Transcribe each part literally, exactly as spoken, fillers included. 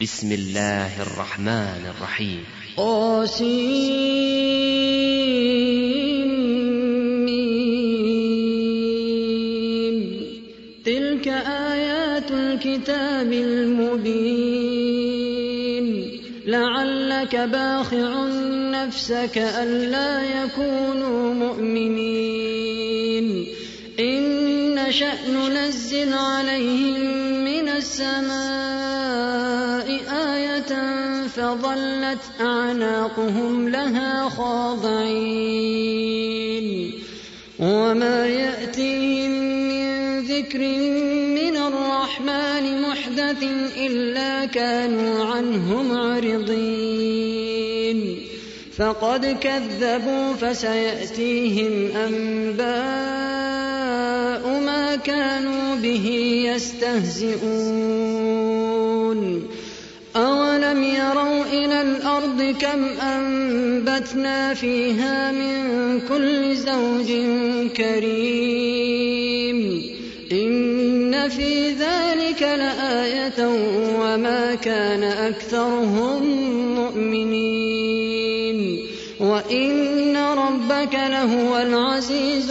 بسم الله الرحمن الرحيم. طاسيم. تلك آيات الكتاب المبين. لعلك باخع نفسك ألا يكونوا مؤمنين. إن نشأ ننزل عليهم من السماء آية فظلت أعناقهم لها خاضعين. وما يأتيهم من ذكر من الرحمن محدث إلا كانوا عنه معرضين. فقد كذبوا فسيأتيهم أنباء ما كانوا به يستهزئون. أولم يروا إلى الأرض كم أنبتنا فيها من كل زوج كريم. إن في ذلك لآية وما كان أكثرهم مؤمنين. وإن ربك لهو العزيز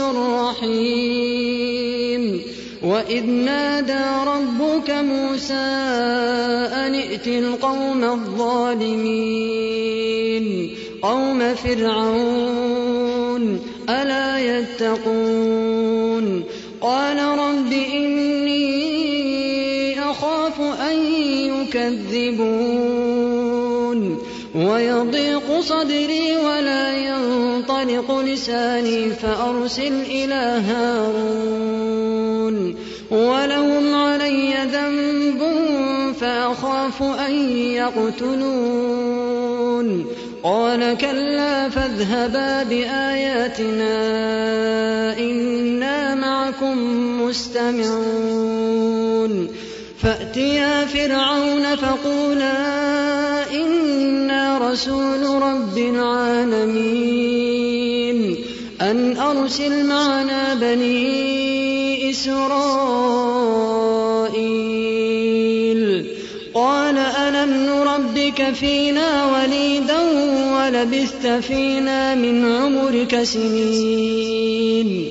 الرحيم. وإذ نادى ربك موسى أن ائت القوم الظالمين قوم فرعون ألا يتقون. قال رب إني أخاف أن يكذبون ويضيق صدري ولا ينطلق لساني فأرسل إلى هارون ولهم علي ذنب فأخاف أن يقتلون. قال كلا فاذهبا بآياتنا إنا معكم مستمعون. فأتيا فرعون فقولا إنا رسول رب العالمين أن أرسل معنا بني إسرائيل. قال ألم نربك فينا وليدا ولبثت فينا من عمرك سنين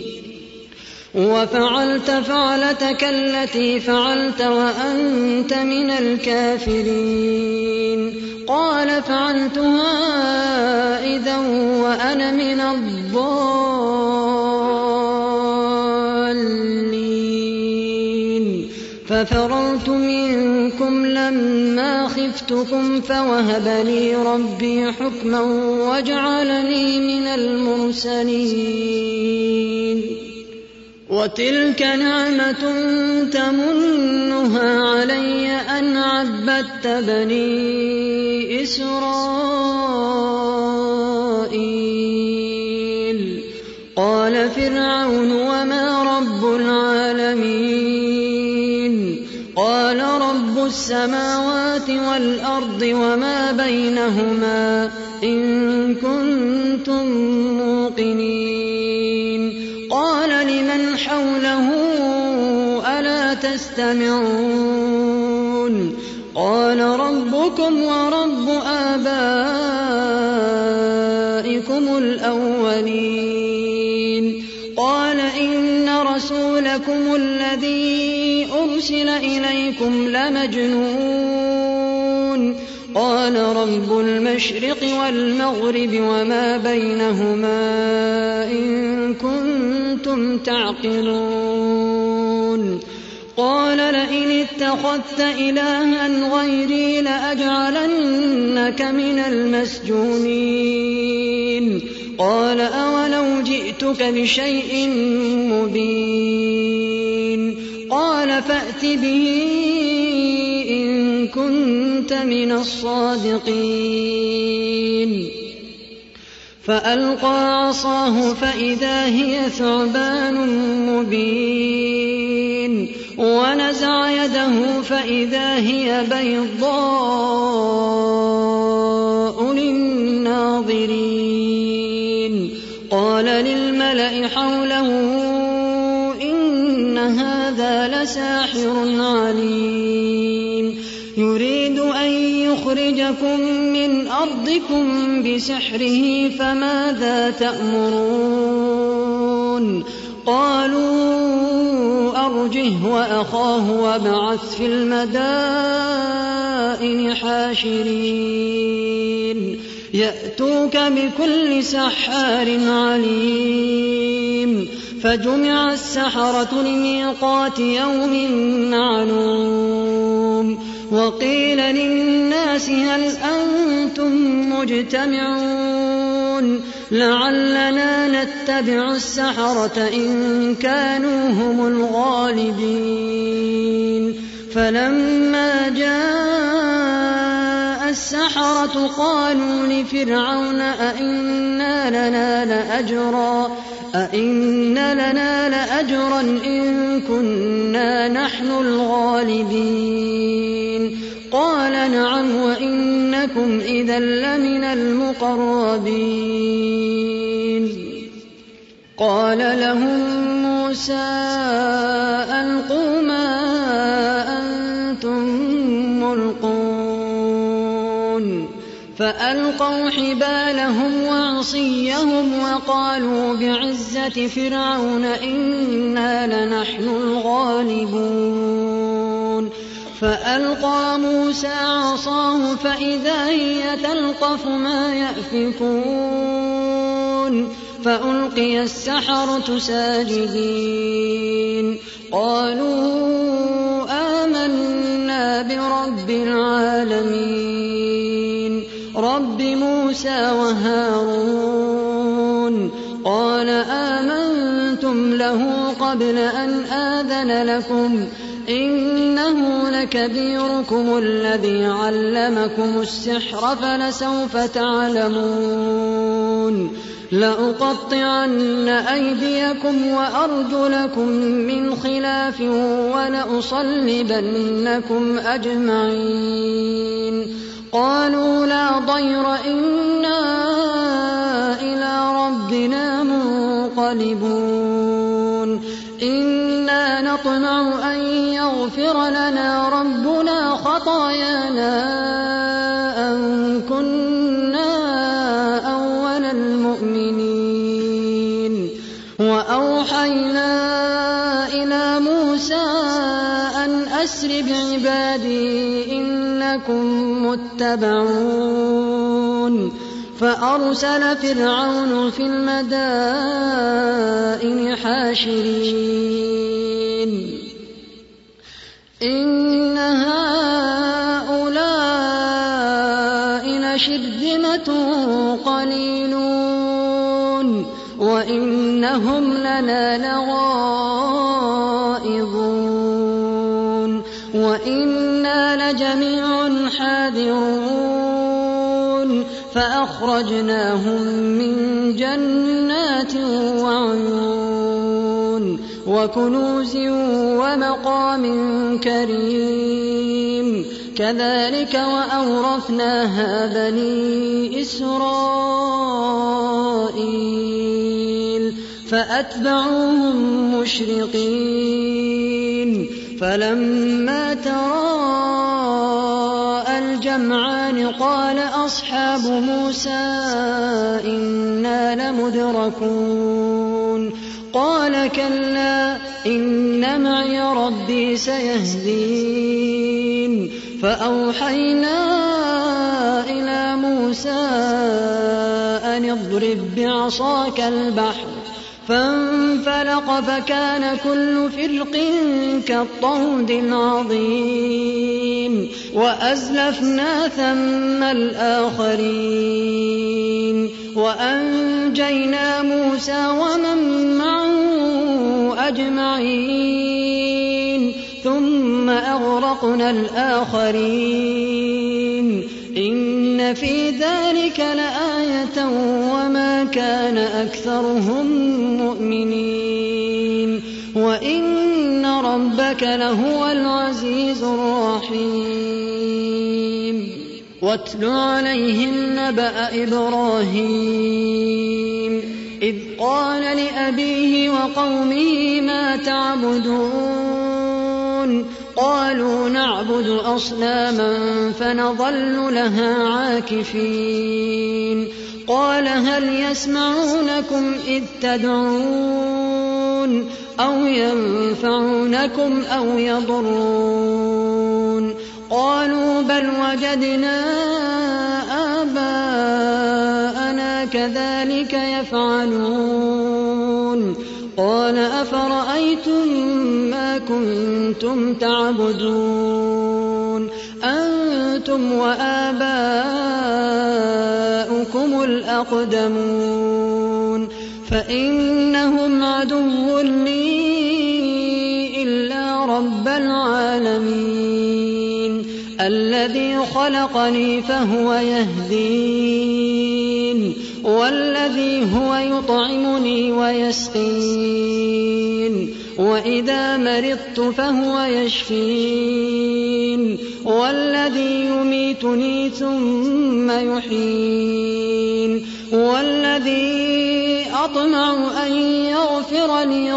وفعلت فعلتك التي فعلت وأنت من الكافرين. قال فعلتها إذا وأنا من الضالين. ففررت منكم لما خفتكم فوهب لي ربي حكما وجعلني من المرسلين. وتلك نعمة تمنها علي أن عبدت بني إسرائيل. قال فرعون وما رب العالمين. قال رب السماوات والأرض وما بينهما إن كنتم موقنين. قال لمن حوله ألا تستمعون. قال ربكم ورب آبائكم الأولين. قال إن رسولكم الذي أرسل إليكم لمجنون. قال رب المشرق والمغرب وما بينهما إن كنتم تعقلون. قال لئن اتخذت إلها غيري لأجعلنك من المسجونين. قال أولو جئتك بشيء مبين. قال فأت به إن كنت من الصادقين. فألقى عصاه فإذا هي ثعبان مبين. ونزع يده فإذا هي بيضاء للناظرين. قال للملأ حوله إن هذا لساحر عليم يريد أن ليخرجكم من أرضكم بسحره فماذا تأمرون قالوا أرجه وأخاه وابعث في المدائن حاشرين يأتوك بكل سحار عليم فجمع السحرة لميقات يوم معلوم وقيل للناس هل أنتم مجتمعون لعلنا نتبع السحرة إن كانوا هم الغالبين فلما جاء السحرة قالوا لفرعون أئن لنا لأجرا أئن لنا لأجرا إن كنا نحن الغالبين قال نعم وإنكم إذا لمن المقربين قال لهم موسى ألقوا ما أنتم ملقون فألقوا حبالهم وعصيهم وقالوا بعزة فرعون إنا لنحن الغالبون فألقى موسى عصاه فإذا هي تلقف ما يأفكون فألقي السحرة ساجدين قالوا آمنا برب العالمين رب موسى وهارون قال آمنتم له قبل أن آذن لكم إنه لكبيركم الذي علمكم السحر فلسوف تعلمون لأقطعن أيديكم وأرجلكم من خلاف ولأصلبنكم أجمعين قالوا لا ضير إنا إلى ربنا منقلبون إنا نطمع أن يغفر لنا ربنا خطايانا أن كنا أول المؤمنين وأوحينا إلى موسى أن أسر بعبادي إنكم متبعون فأرسل فرعون في المدائن حاشرين إن هؤلاء لشرذمة قليلون وإنهم لنا لغائظون وإنا لجميع حاذرون فأخرجناهم من جنات وعيون وكنوز ومقام كريم كذلك وأورثناها بني إسرائيل فأتبعوهم مشرقين فلما تراءى الجمعان قال أصحاب موسى إنا لمدركون قال كلا إن معي ربي سيهدين فأوحينا إلى موسى أن اضرب بعصاك البحر فانفلق فكان كل فرق كالطود العظيم وأزلفنا ثم الآخرين وأنجينا موسى ومن معه أجمعين ثم أغرقنا الآخرين إن في ذلك لآية وما كان أكثرهم مؤمنين وإن ربك لهو العزيز الرحيم واتل عليهم نبأ إبراهيم إذ قال لأبيه وقومه ما تعبدون قالوا نعبد أصناما فنظل لها عاكفين قال هل يسمعونكم إذ تدعون أو ينفعونكم أو يضرون قالوا بل وجدنا آباءنا كذلك يفعلون قال أفرأيتم ما كنتم تعبدون أنتم وآباؤكم الأقدمون فإنهم عدو لي إلا رب العالمين الذي خلقني فهو يهدين والذي هو يطعمني ويسقين وإذا مرضت فهو يشفين والذي يميتني ثم يحيين والذي أطمع أن يغفر لي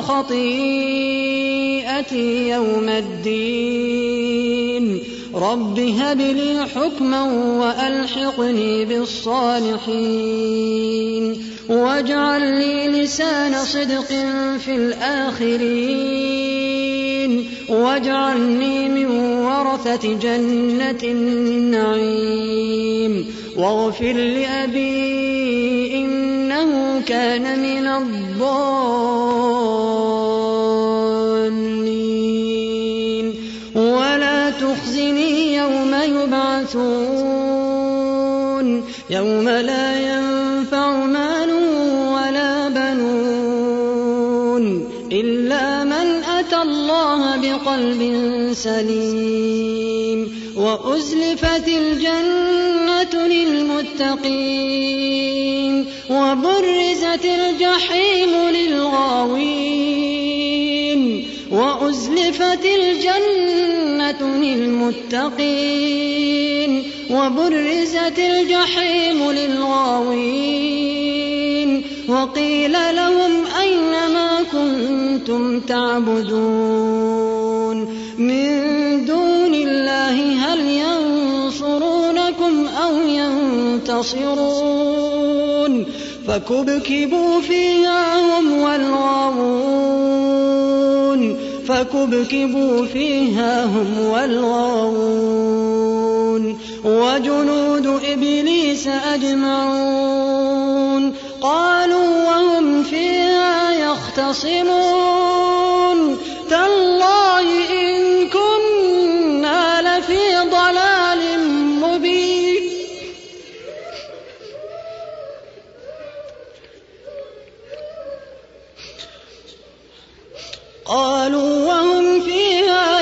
خطيئتي يوم الدين رب هب لي حكما وألحقني بالصالحين واجعل لي لسان صدق في الآخرين واجعلني من ورثة جنة النعيم واغفر لأبي إنه كان من الضالين ولا تخزني يوم يبعثون يوم لا ينفع مال ولا بنون إلا من أتى الله بقلب سليم وأزلفت الجنة للمتقين وبرزت الجحيم للغاوين وأزلفت الجنة للمتقين وبرزت الجحيم للغاوين وقيل لهم أين ما كنتم تعبدون من دون الله هل ينصرونكم أو ينتصرون فكبكبوا فيها هم والغاوون فكبكبوا فيها هم والغاوون وجنود إبليس أجمعون قالوا وهم فيها يختصمون تالله إن كنا لفي ضلال مبين قالوا وهم فيها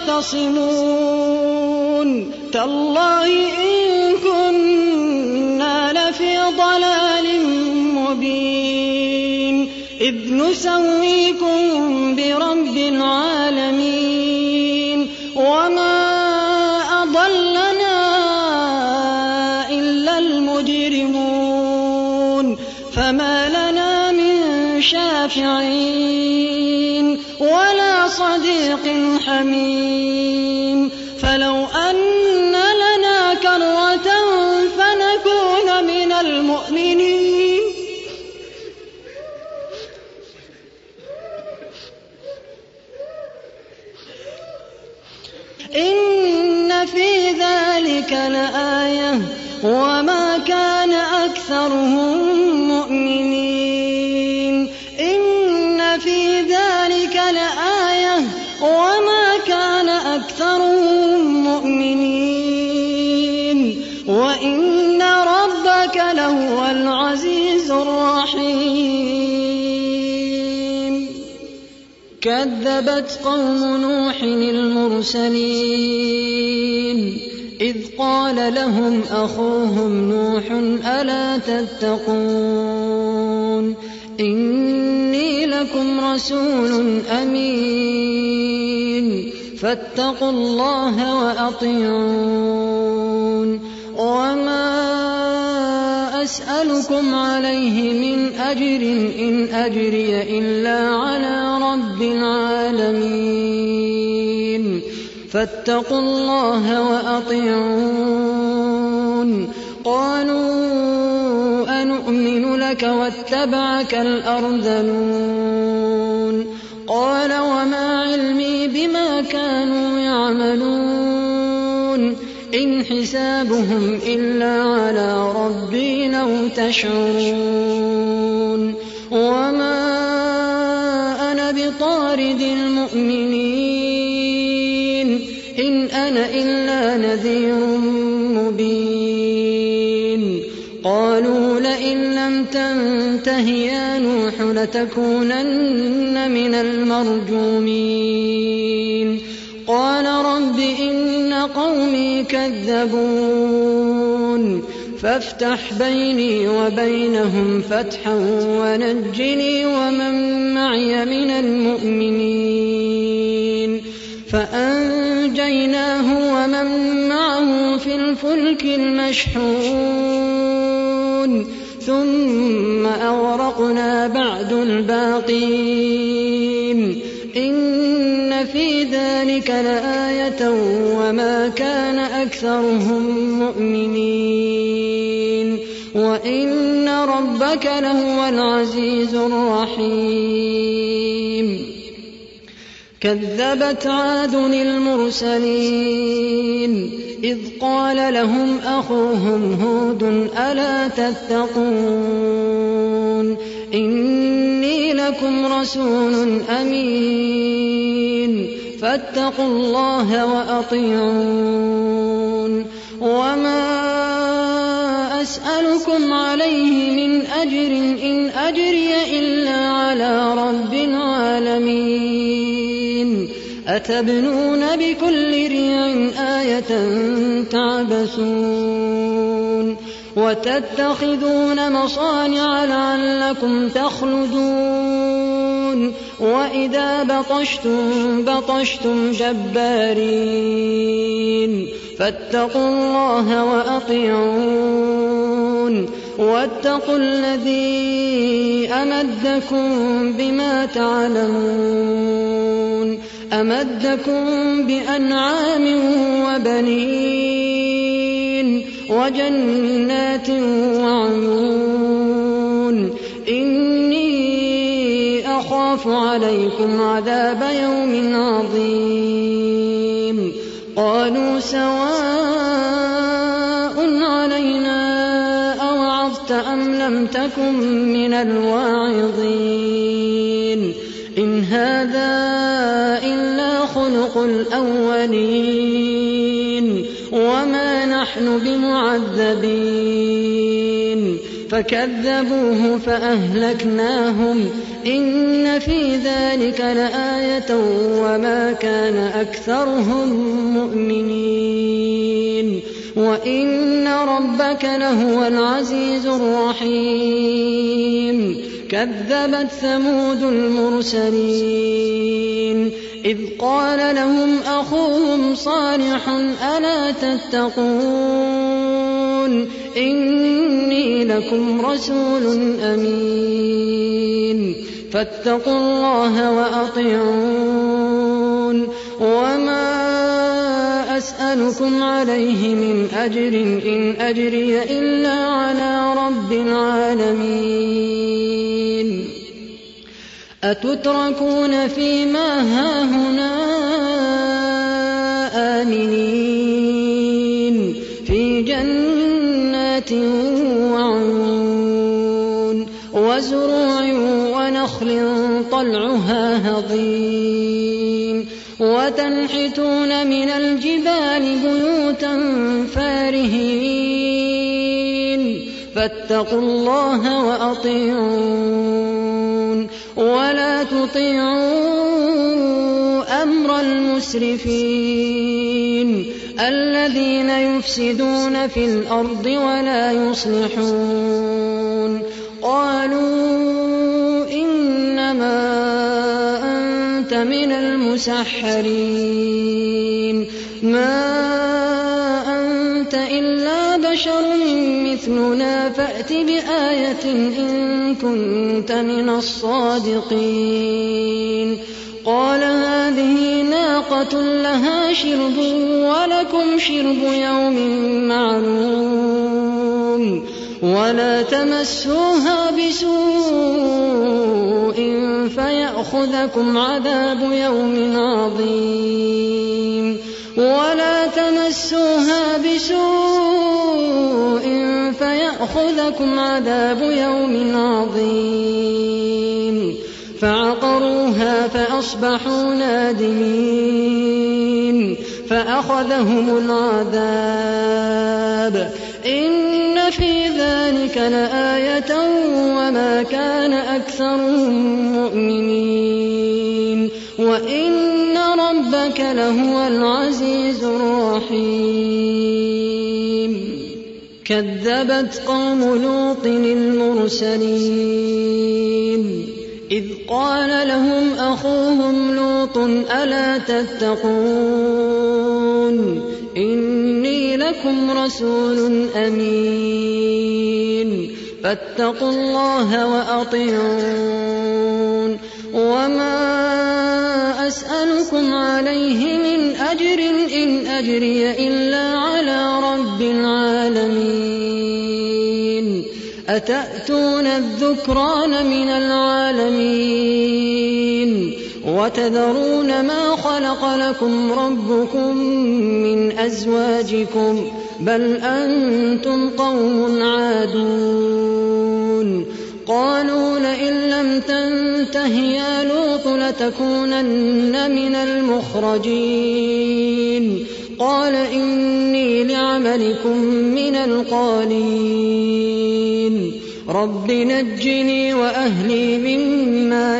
يختصمون تالله إن كنا لفي ضلال مبين إذ نسويكم برب العالمين وما أضلنا إلا المجرمون فما لنا من شافعين ولا صديق حميم فلو أن لنا كرة فنكون من المؤمنين إن في ذلك لآية وما كان أكثرهم مؤمنين إن في ذلك لآية وما كان أكثرهم مؤمنين وإن ربك لهو العزيز الرحيم كذبت قوم نوح المرسلين إذ قال لهم أخوهم نوح ألا تتقون إني لكم رسول أمين فاتقوا الله وأطيعون وما أسألكم عليه من أجر إن أجري إلا على رب العالمين فاتقوا الله وأطيعون. قالوا أنؤمن لك واتبعك الأرذلون. قال وما علمي بما كانوا يعملون إن حسابهم إلا على ربي لو تشعرون. وما أنا بطارد المؤمنين إن أنا إلا نذير مبين. قالوا لئن لم تنته يا نوح لتكونن من المرجومين. قال رب إن قومي كذبون فافتح بيني وبينهم فتحا ونجني ومن معي من المؤمنين. فأنجيناه ومن معه في الفلك المشحون ثم أغرقنا بعد الباقين. إن في ذلك لآية وما كان أكثرهم مؤمنين وإن ربك لهو العزيز الرحيم. كذبت عاد المرسلين إذ قال لهم أخوهم هود ألا تتقون إني لكم رسول أمين فاتقوا الله وأطيعون. وما أسألكم عليه من أجر إن أجري إلا على رب العالمين. أتبنون بكل ريع آية تعبثون وتتخذون مصانع لعلكم تخلدون وإذا بطشتم بطشتم جبارين. فاتقوا الله وأطيعون واتقوا الذي أمدكم بما تعلمون أمدكم بأنعام وبنين وجنات وعيون. إني أخاف عليكم عذاب يوم عظيم. قالوا سواء علينا أوعظت أم لم تكن من الواعظين. إن هذا إلا خلق الأولين وما نحن بمعذبين. فكذبوه فأهلكناهم إن في ذلك لآية وما كان أكثرهم مؤمنين وإن ربك لهو العزيز الرحيم. كذبت ثمود المرسلين إذ قال لهم أخوهم صالح ألا تتقون إني لكم رسول أمين فاتقوا الله وأطيعون. وما أسألكم عليه من أجر إن أجري إلا على رب العالمين. أتتركون فيما هاهنا آمنين في جنات وعيون وزروع ونخل طلعها هضيم وتنحتون من الجبال بيوتا فارهين. فاتقوا الله وأطيعون ولا تطيعوا أمر المسرفين الذين يفسدون في الأرض ولا يصلحون. قالوا إنما أنت من المسحرين ما أنت إلا بشر مثلنا فأت بآية إن كنت من الصادقين. قال هذه ناقة لها شرب ولكم شرب يوم معلوم ولا تمسوها بسوء فيأخذكم عذاب يوم عظيم ولا تمسوها بسوء فيأخذكم عذاب يوم عظيم فعقروها فأصبحوا نادمين فأخذهم العذاب إن في ذلك لآية وما كان أكثرهم مؤمنين وإن ربك لهو العزيز الرحيم كذبت قوم لوط المرسلين إذ قال لهم أخوهم لوط ألا تتقون إني لكم رسول أمين فاتقوا الله وأطيعون وما أسألكم عليه من أجر إن أجري إلا على رب العالمين أتأتون الذكران من العالمين وتذرون ما خلق لكم ربكم من أزواجكم بل أنتم قوم عادون قالوا لئن لم تنته يا لوط لتكونن من المخرجين قال إني لعملكم من القالين رب نجني وأهلي مما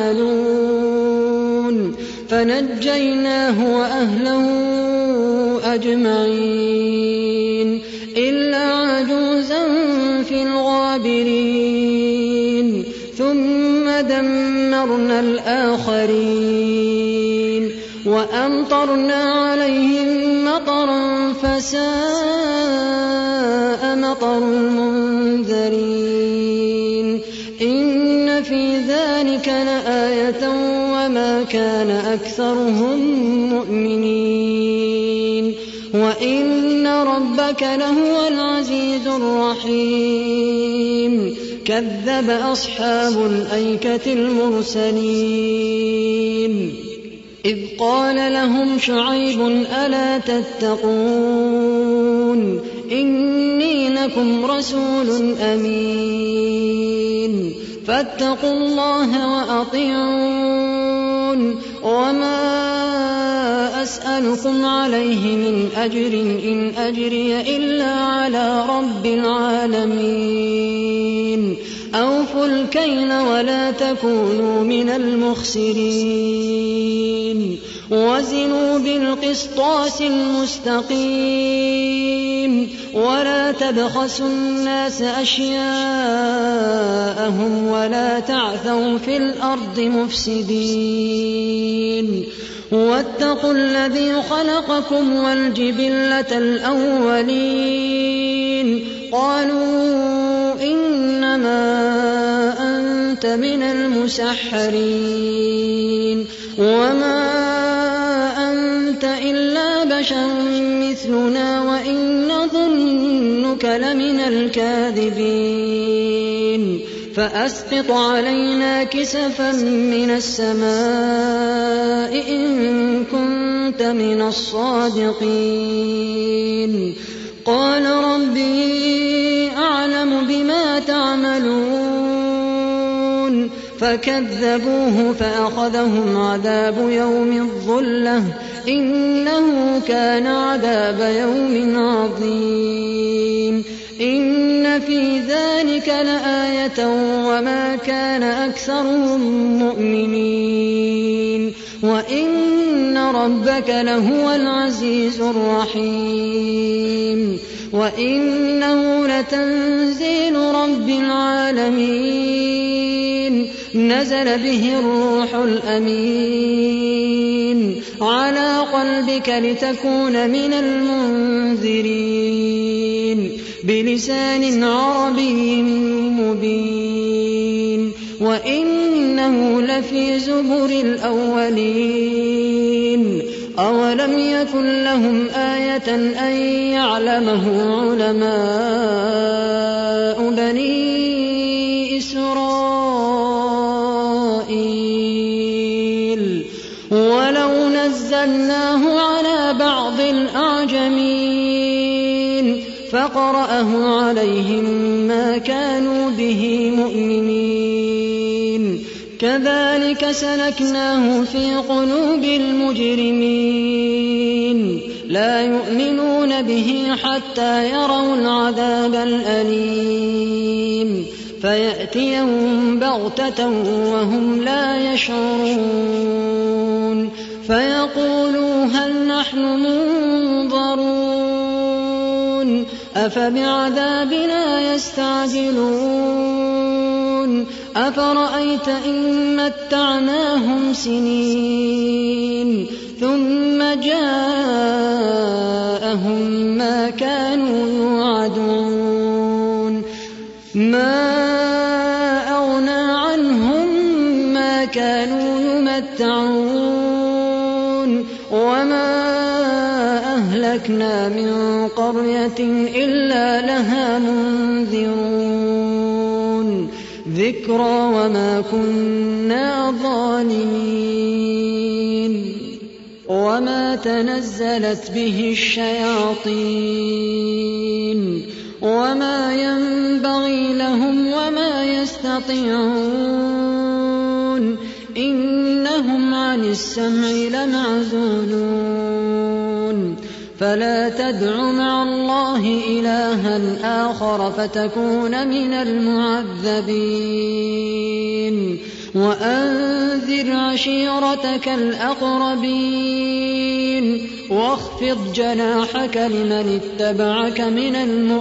يعملون فنجيناه وأهله أجمعين إلا عجوزا في الغابرين ثم دمرنا الآخرين وأمطرنا عليهم مطرا فساء مطر المنذرين إن في ذلك لآية وما كان أكثرهم مؤمنين وإن ربك لهو العزيز الرحيم كذب أصحاب الأيكة المرسلين إذ قال لهم شعيب ألا تتقون إني لكم رسول أمين فاتقوا الله وأطيعون وما أسألكم عليه من أجر إن أجري إلا على رب العالمين أوفوا الكيل ولا تكونوا من المخسرين وزنوا بالقسطاس المستقيم ولا تبخسوا الناس أشياءهم ولا تعثوا في الأرض مفسدين واتقوا الذي خلقكم والجبلة الأولين قالوا إنما أنت من المسحرين وما أنت إلا بشر مثلنا وإن نظنك لمن الكاذبين فأسقط علينا كسفا من السماء إن كنت من الصادقين قال ربي أعلم بما تعملون فكذبوه فأخذهم عذاب يوم الظلة إنه كان عذاب يوم عظيم إن في ذلك لآية وما كان أكثرهم مؤمنين وإن ربك لهو العزيز الرحيم وإنه لتنزيل رب العالمين نزل به الروح الأمين على قلبك لتكون من المنذرين بلسان عربي مبين وإنه لفي زبر الأولين أولم يكن لهم آية أن يعلمه علماء بني إسرائيل ولو نزلناه على بعض الأعجمين فقرأه عليهم ما كانوا به مؤمنين كذلك سلكناه في قلوب المجرمين لا يؤمنون به حتى يروا العذاب الأليم فيأتيهم بغتة وهم لا يشعرون فيقولوا هل نحن منظرون أفبعذابنا يستعجلون أفرأيت إن متعناهم سنين ثم جاءهم ما كانوا يوعدون ما أغنى عنهم ما كانوا يمتعون وما أهلكنا من قرية إلا لها منذرون ذكرى وما كنا ظالمين وما تنزلت به الشياطين وما ينبغي لهم وما يستطيعون إنهم عن السمع لمعزولون فلا تدع مع الله إلها آخر فتكون من المعذبين وأنذر عشيرتك الأقربين واخفض جناحك لمن اتبعك من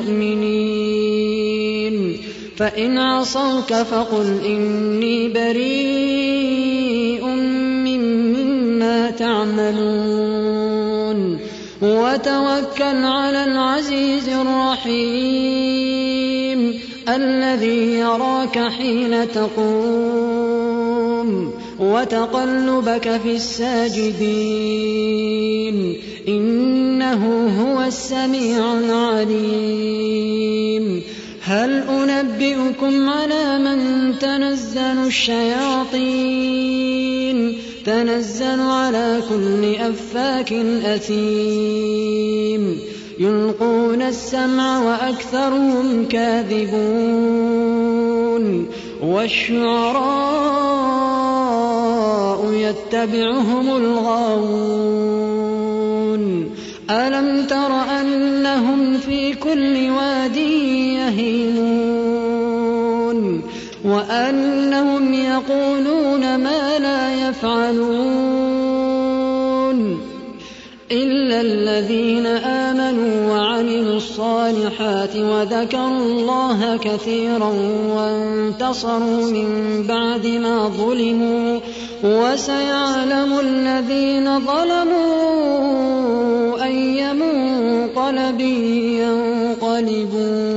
المؤمنين فإن عصوك فقل إني بريء مما تعملون وتوكل على العزيز الرحيم الذي يراك حين تقوم وتقلبك في الساجدين إنه هو السميع العليم هل أنبئكم على من تنزل الشياطين تنزل على كل أفاك أثيم يلقون السمع وأكثرهم كاذبون والشعراء يتبعهم الغاوون ألم تر أنهم في كل واد يهيمون وأنهم يقولون ما لا يفعلون إلا الذين آمنوا وعملوا الصالحات وذكروا الله كثيرا وانتصروا من بعد ما ظلموا وسيعلم الذين ظلموا أي منقلب ينقلبون